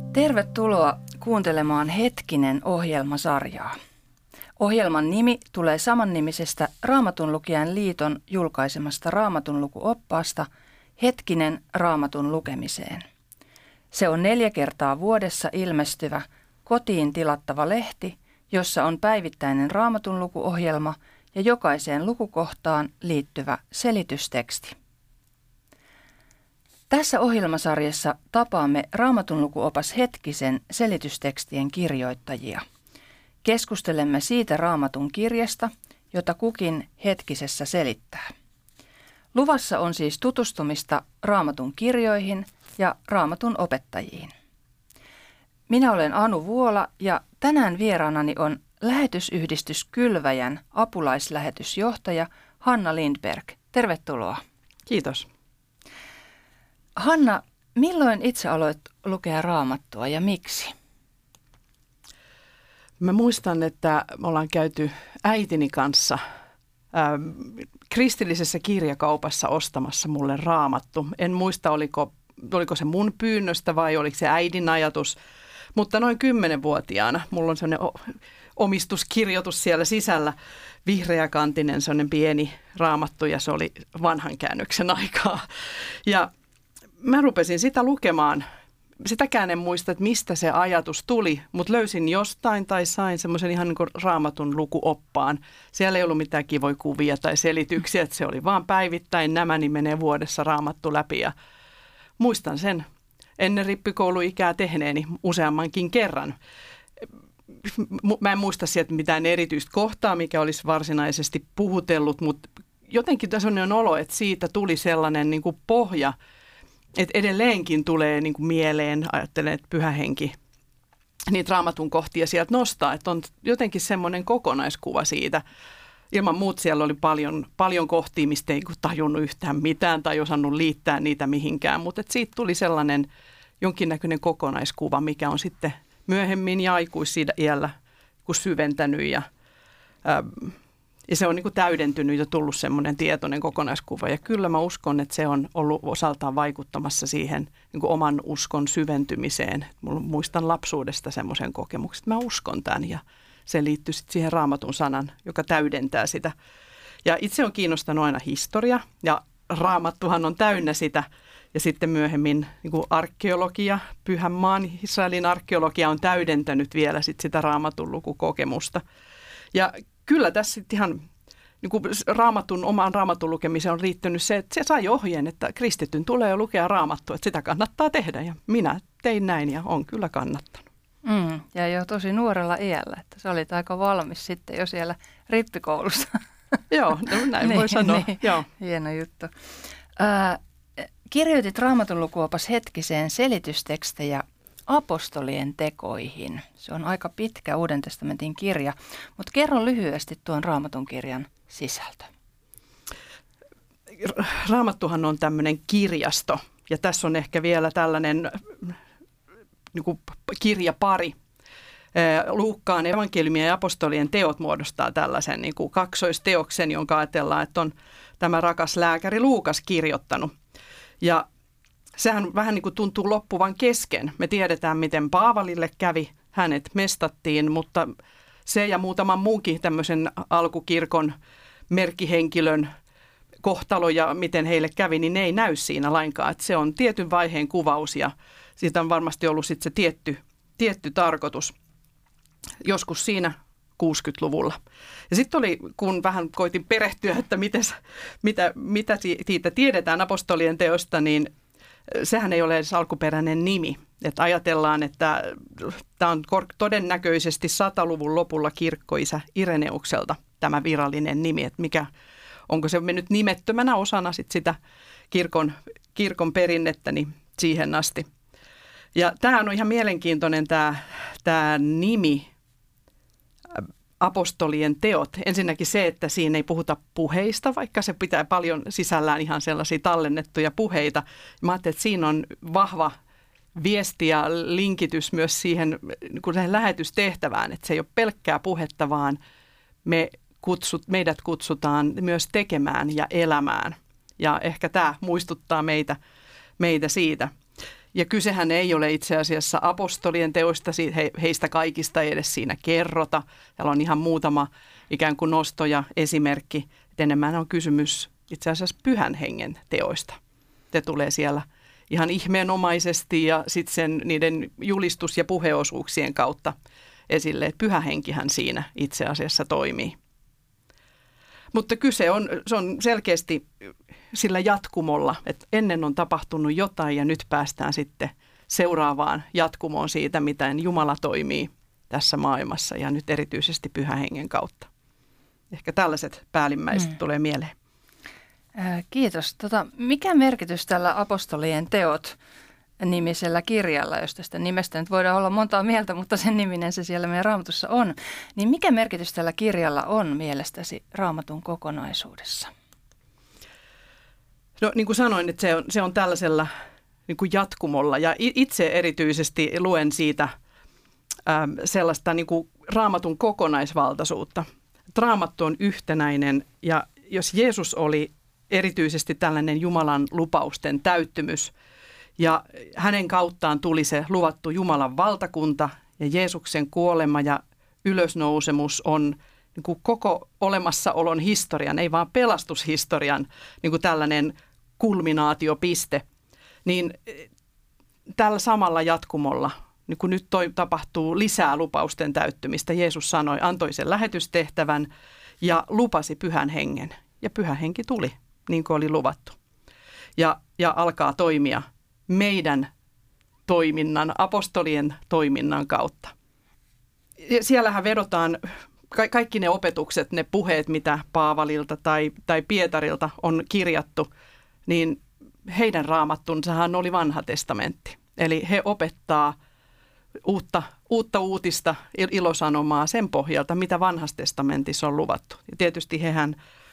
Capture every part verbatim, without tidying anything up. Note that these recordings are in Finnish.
Tervetuloa kuuntelemaan Hetkinen -ohjelmasarjaa. Ohjelman nimi tulee samannimisestä Raamatunlukijain liiton julkaisemasta raamatunlukuoppaasta Hetkinen raamatun lukemiseen. Se on neljä kertaa vuodessa ilmestyvä, kotiin tilattava lehti, jossa on päivittäinen raamatunlukuohjelma ja jokaiseen lukukohtaan liittyvä selitysteksti. Tässä ohjelmasarjassa tapaamme Raamatunlukuopas Hetkisen selitystekstien kirjoittajia. Keskustelemme siitä Raamatun kirjasta, jota kukin hetkisessä selittää. Luvassa on siis tutustumista Raamatun kirjoihin ja Raamatun opettajiin. Minä olen Anu Vuola ja tänään vieraanani on lähetysyhdistys Kylväjän apulaislähetysjohtaja Hanna Lindberg. Tervetuloa. Kiitos. Hanna, milloin itse aloit lukea Raamattua ja miksi? Mä muistan, että me ollaan käyty äitini kanssa ähm, kristillisessä kirjakaupassa ostamassa mulle Raamattu. En muista, oliko, oliko se mun pyynnöstä vai oliko se äidin ajatus, mutta noin kymmenvuotiaana mulla on sellainen omistuskirjoitus siellä sisällä, vihreäkantinen sellainen pieni Raamattu ja se oli vanhan käännöksen aikaa. Ja mä rupesin sitä lukemaan. Sitäkään en muista, että mistä se ajatus tuli, mutta löysin jostain tai sain semmoisen ihan niin kuin Raamatun lukuoppaan. Siellä ei ollut mitään kivoja kuvia tai selityksiä, että se oli vaan päivittäin nämä, niin menee vuodessa Raamattu läpi. Ja muistan sen ennen rippikouluikää tehneeni useammankin kerran. Mä en muista sieltä mitään erityistä kohtaa, mikä olisi varsinaisesti puhutellut, mutta jotenkin tässä on olo, että siitä tuli sellainen niin kuin pohja, että edelleenkin tulee niin kuin mieleen, ajattelen, että Pyhä Henki niitä Raamatun kohtia sieltä nostaa, että on jotenkin semmoinen kokonaiskuva siitä. Ilman muut siellä oli paljon, paljon kohtia, mistä ei tajunnut yhtään mitään tai osannut liittää niitä mihinkään, mutta siitä tuli sellainen jonkinnäköinen kokonaiskuva, mikä on sitten myöhemmin ja aikuisiällä syventänyt ja ähm, Ja se on niin kuin täydentynyt ja tullut semmoinen tietoinen kokonaiskuva. Ja kyllä mä uskon, että se on ollut osaltaan vaikuttamassa siihen niin kuin oman uskon syventymiseen. Mulla muistan lapsuudesta semmoisen kokemuksen, että mä uskon tämän ja se liittyy sitten siihen Raamatun sanan, joka täydentää sitä. Ja itse on kiinnostanut aina historia ja Raamattuhan on täynnä sitä. Ja sitten myöhemmin niin kuin arkeologia, Pyhän maan, Israelin arkeologia on täydentänyt vielä sit sitä Raamatun lukukokemusta. Ja kyllä tässä sitten ihan niin kuin raamatun, omaan Raamatun lukemiseen on riittänyt se, että se sai ohjeen, että kristityn tulee lukea Raamattua, että sitä kannattaa tehdä. Ja minä tein näin ja on kyllä kannattanut. Mm, ja jo tosi nuorella iällä, että sä olit aika valmis sitten jo siellä rippikoulussa. Joo, no näin voi niin, sanoa. Niin. Joo. Hieno juttu. Äh, kirjoitit Raamatun lukuopas Hetkiseen selitystekstejä apostolien tekoihin. Se on aika pitkä Uuden testamentin kirja, mutta kerro lyhyesti tuon Raamatun kirjan sisältö. Raamattuhan on tämmöinen kirjasto ja tässä on ehkä vielä tällainen niin kuin kirjapari. Luukkaan evankeliumien ja apostolien teot muodostaa tällaisen niin kuin kaksoisteoksen, jonka ajatellaan, että on tämä rakas lääkäri Luukas kirjoittanut. Ja sehän vähän niin kuin tuntuu loppuvan kesken. Me tiedetään, miten Paavalille kävi. Hänet mestattiin, mutta se ja muutaman muunkin tämmöisen alkukirkon merkkihenkilön kohtalo ja miten heille kävi, niin ne ei näy siinä lainkaan. Että se on tietyn vaiheen kuvaus ja siitä on varmasti ollut sitten se tietty, tietty tarkoitus joskus siinä kuusikymmentäluvulla. Ja sitten oli, kun vähän koitin perehtyä, että mites, mitä, mitä siitä tiedetään apostolien teosta, niin sehän ei ole edes alkuperäinen nimi. Että ajatellaan, että tämä on todennäköisesti sataluvun lopulla kirkkoisä Ireneukselta tämä virallinen nimi, että mikä, onko se mennyt nimettömänä osana sit sitä kirkon, kirkon perinnettä niin siihen asti. Ja tämä on ihan mielenkiintoinen tämä, tämä nimi, apostolien teot. Ensinnäkin se, että siinä ei puhuta puheista, vaikka se pitää paljon sisällään ihan sellaisia tallennettuja puheita. Mä ajattelin, että siinä on vahva viesti ja linkitys myös siihen, kun siihen lähetystehtävään, että se ei ole pelkkää puhetta, vaan me kutsut, meidät kutsutaan myös tekemään ja elämään. Ja ehkä tämä muistuttaa meitä, meitä siitä. Ja kysehän ei ole itse asiassa apostolien teoista, he, heistä kaikista ei edes siinä kerrota. Täällä on ihan muutama ikään kuin nosto ja esimerkki. Et enemmän on kysymys itse asiassa pyhän hengen teoista. Se tulee siellä ihan ihmeenomaisesti ja sitten sen niiden julistus- ja puheosuuksien kautta esille, että pyhä henkihän siinä itse asiassa toimii. Mutta kyse on, se on selkeästi sillä jatkumolla, että ennen on tapahtunut jotain ja nyt päästään sitten seuraavaan jatkumoon siitä, miten Jumala toimii tässä maailmassa ja nyt erityisesti pyhän hengen kautta. Ehkä tällaiset päällimmäiset mm. tulee mieleen. Kiitos. Tota, mikä merkitys tällä apostolien teot nimisellä kirjalla, jos tästä nimestä nyt voidaan olla montaa mieltä, mutta sen niminen se siellä meidän Raamatussa on, niin mikä merkitys tällä kirjalla on mielestäsi Raamatun kokonaisuudessa? No niin kuin sanoin, että se on, se on tällaisella niin kuin jatkumolla ja itse erityisesti luen siitä ähm, sellaista niin kuin Raamatun kokonaisvaltaisuutta. Raamattu on yhtenäinen ja jos Jeesus oli erityisesti tällainen Jumalan lupausten täyttymys ja hänen kauttaan tuli se luvattu Jumalan valtakunta ja Jeesuksen kuolema ja ylösnousemus on niin kuin koko olemassaolon historian, ei vaan pelastushistorian niin kuin tällainen kulminaatiopiste, niin tällä samalla jatkumolla, niin kuin nyt toi tapahtuu lisää lupausten täyttymistä, Jeesus sanoi, antoi sen lähetystehtävän ja lupasi pyhän hengen. Ja pyhä henki tuli, niin kuin oli luvattu. Ja, ja alkaa toimia meidän toiminnan, apostolien toiminnan kautta. Ja siellähän vedotaan ka- kaikki ne opetukset, ne puheet, mitä Paavalilta tai, tai Pietarilta on kirjattu, niin heidän raamattunsahan oli vanha testamentti. Eli he opettaa uutta, uutta uutista, ilosanomaa sen pohjalta, mitä vanhassa testamentissa on luvattu. Ja tietysti hehän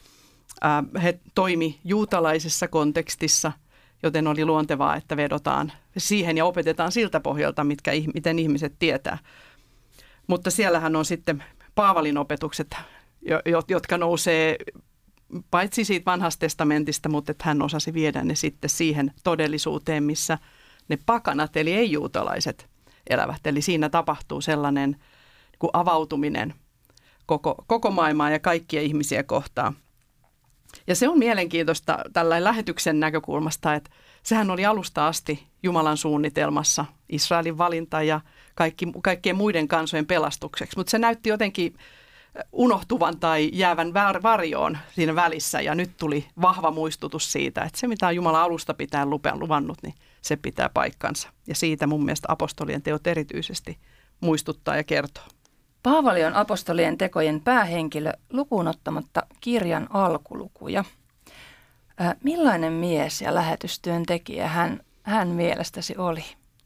äh, he toimi juutalaisessa kontekstissa, joten oli luontevaa, että vedotaan siihen ja opetetaan siltä pohjalta, mitkä, miten ihmiset tietää. Mutta siellähän on sitten Paavalin opetukset, jotka nousee paitsi siitä vanhasta testamentista, mutta että hän osasi viedä ne sitten siihen todellisuuteen, missä ne pakanat, eli ei-juutalaiset elävät. Eli siinä tapahtuu sellainen niin kuin avautuminen koko, koko maailmaa ja kaikkia ihmisiä kohtaan. Ja se on mielenkiintoista tällainen lähetyksen näkökulmasta, että sehän oli alusta asti Jumalan suunnitelmassa Israelin valinta ja kaikki, kaikkien muiden kansojen pelastukseksi. Mutta se näytti jotenkin unohtuvan tai jäävän varjoon siinä välissä ja nyt tuli vahva muistutus siitä, että se mitä Jumala alusta pitää luvannut, niin se pitää paikkansa. Ja siitä mun mielestä apostolien teot erityisesti muistuttaa ja kertoo. Paavali on apostolien tekojen päähenkilö lukuun ottamatta kirjan alkulukuja. Äh, millainen mies ja lähetystyöntekijä hän, hän mielestäsi oli?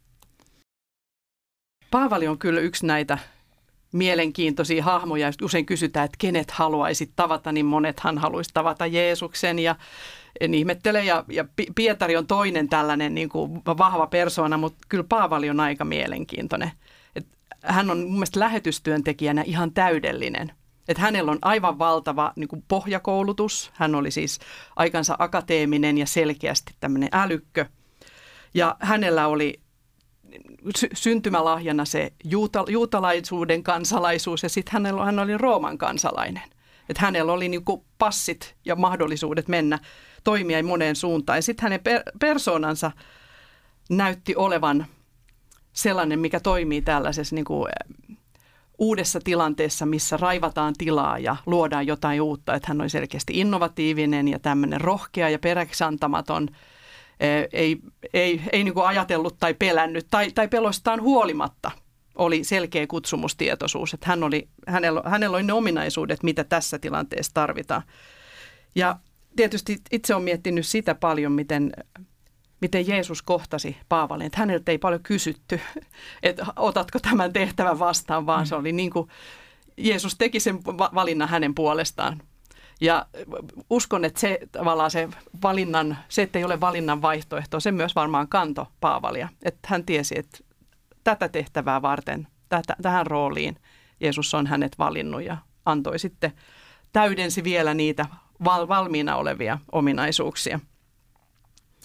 Paavali on kyllä yksi näitä mielenkiintoisia hahmoja. Usein kysytään, että kenet haluaisit tavata, niin monethan haluaisi tavata Jeesuksen ja en ihmettele. Ja, ja Pietari on toinen tällainen niin kuin vahva persoona, mutta kyllä Paavali on aika mielenkiintoinen. Et hän on mun mielestä lähetystyöntekijänä ihan täydellinen. Että hänellä on aivan valtava niin kuin pohjakoulutus. Hän oli siis aikansa akateeminen ja selkeästi tämmöinen älykkö. Ja hänellä oli sy- syntymälahjana se juuta- juutalaisuuden kansalaisuus ja sitten hänellä hän oli Rooman kansalainen. Että hänellä oli niin kuin passit ja mahdollisuudet mennä toimia moneen suuntaan. Ja sitten hänen per- persoonansa näytti olevan sellainen, mikä toimii tällaisessa niin kuin uudessa tilanteessa, missä raivataan tilaa ja luodaan jotain uutta. Että hän oli selkeästi innovatiivinen ja tämmöinen rohkea ja peräksantamaton. Ei, ei, ei niin kuin ajatellut tai pelännyt tai, tai pelostaan huolimatta oli selkeä kutsumustietoisuus. Että hän oli, hänellä, hänellä oli ne ominaisuudet, mitä tässä tilanteessa tarvitaan. Ja tietysti itse olen miettinyt sitä paljon, miten, miten Jeesus kohtasi Paavalin. Että häneltä ei paljon kysytty, että otatko tämän tehtävän vastaan, vaan se oli niin kuin Jeesus teki sen valinnan hänen puolestaan. Ja uskon, että se tavallaan se valinnan, se, että ei ole valinnan vaihtoehto, se myös varmaan kanto Paavalia. Että hän tiesi, että tätä tehtävää varten, tätä, tähän rooliin Jeesus on hänet valinnut ja antoi sitten, täydensi vielä niitä val, valmiina olevia ominaisuuksia.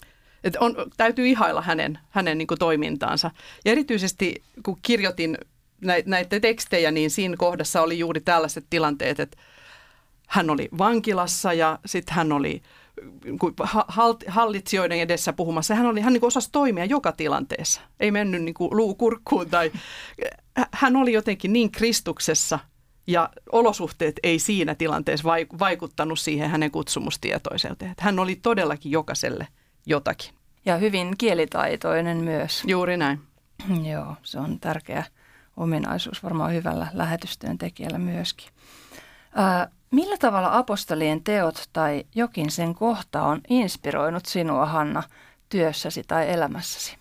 Et on, täytyy ihailla hänen, hänen niin kuin toimintaansa. Ja erityisesti kun kirjoitin näitä tekstejä, niin siinä kohdassa oli juuri tällaiset tilanteet, että hän oli vankilassa ja sitten hän oli hallitsijoiden edessä puhumassa. Hän, oli, hän niin kuin osasi toimia joka tilanteessa. Ei mennyt niin kuin luu kurkkuun. Tai, hän oli jotenkin niin Kristuksessa ja olosuhteet ei siinä tilanteessa vaikuttanut siihen hänen kutsumustietoiseuteen. Hän oli todellakin jokaiselle jotakin. Ja hyvin kielitaitoinen myös. Juuri näin. Joo, se on tärkeä ominaisuus varmaan hyvällä lähetystyön tekijällä myöskin. Ää, millä tavalla apostolien teot tai jokin sen kohta on inspiroinut sinua, Hanna, työssäsi tai elämässäsi?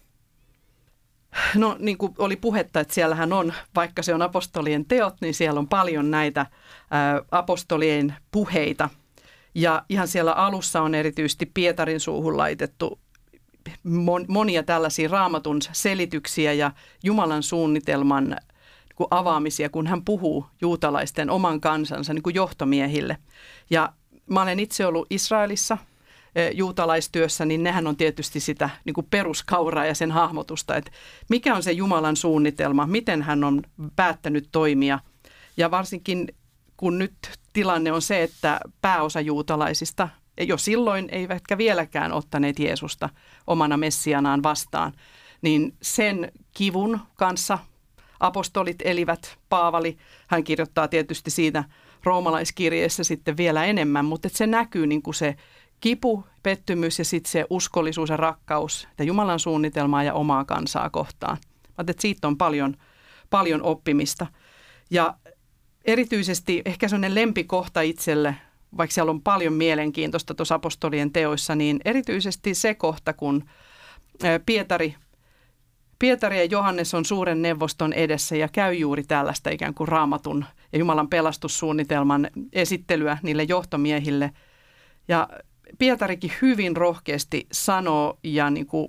No niin kuin oli puhetta, että siellähän on, vaikka se on apostolien teot, niin siellä on paljon näitä ää, apostolien puheita. Ja ihan siellä alussa on erityisesti Pietarin suuhun laitettu mon, monia tällaisia Raamatun selityksiä ja Jumalan suunnitelman niin kuin avaamisia, kun hän puhuu juutalaisten oman kansansa niin kuin johtomiehille. Ja mä olen itse ollut Israelissa juutalaistyössä, niin nehän on tietysti sitä niin kuin peruskauraa ja sen hahmotusta, että mikä on se Jumalan suunnitelma, miten hän on päättänyt toimia. Ja varsinkin kun nyt tilanne on se, että pääosa juutalaisista jo silloin eivätkä vieläkään ottaneet Jeesusta omana messianaan vastaan, niin sen kivun kanssa apostolit elivät. Paavali, hän kirjoittaa tietysti siitä roomalaiskirjeessä sitten vielä enemmän, mutta se näkyy niin kuin se kipu, pettymys ja sitten se uskollisuus ja rakkaus, että Jumalan suunnitelmaa ja omaa kansaa kohtaan. Mä että siitä on paljon, paljon oppimista. Ja erityisesti ehkä sellainen lempikohta itselle, vaikka siellä on paljon mielenkiintoista tuossa apostolien teoissa, niin erityisesti se kohta, kun Pietari, Pietari ja Johannes on suuren neuvoston edessä ja käy juuri tällaista ikään kuin Raamatun ja Jumalan pelastussuunnitelman esittelyä niille johtomiehille. Ja Pietarikin hyvin rohkeasti sanoo ja niin kuin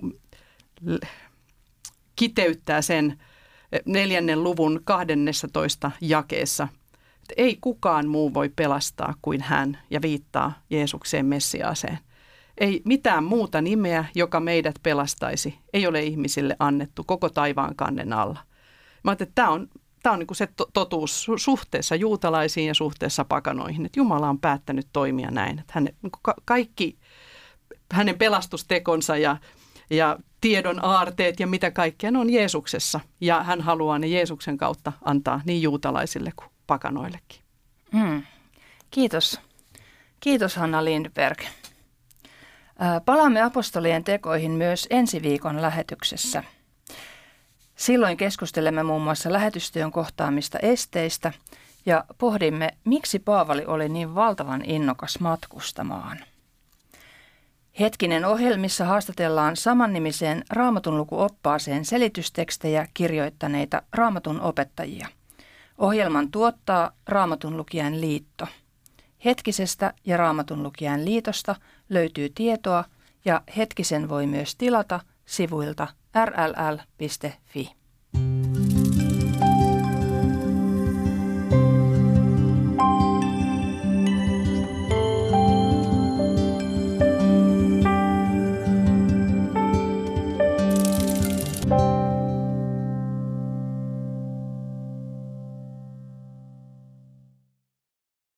kiteyttää sen neljännen luvun kahdennessatoista jakeessa, että ei kukaan muu voi pelastaa kuin hän, ja viittaa Jeesukseen Messiaaseen. Ei mitään muuta nimeä, joka meidät pelastaisi, ei ole ihmisille annettu koko taivaan kannen alla. Mä ajattelin, että tämä on, tämä on niin kuin se totuus suhteessa juutalaisiin ja suhteessa pakanoihin, että Jumala on päättänyt toimia näin. Että hänen, niin kuin kaikki hänen pelastustekonsa ja, ja tiedon aarteet ja mitä kaikkea ne on Jeesuksessa. Ja hän haluaa ne Jeesuksen kautta antaa niin juutalaisille kuin pakanoillekin. Mm. Kiitos. Kiitos Hanna Lindberg. Palaamme apostolien tekoihin myös ensi viikon lähetyksessä. Silloin keskustelemme muun muassa lähetystyön kohtaamista esteistä ja pohdimme, miksi Paavali oli niin valtavan innokas matkustamaan. Hetkinen ohjelmissa haastatellaan samannimiseen Raamatun lukuoppaaseen selitystekstejä kirjoittaneita Raamatun opettajia. Ohjelman tuottaa Raamatun lukijan liitto. Hetkisestä ja Raamatun lukijan liitosta löytyy tietoa ja Hetkisen voi myös tilata sivuilta r l l piste f i.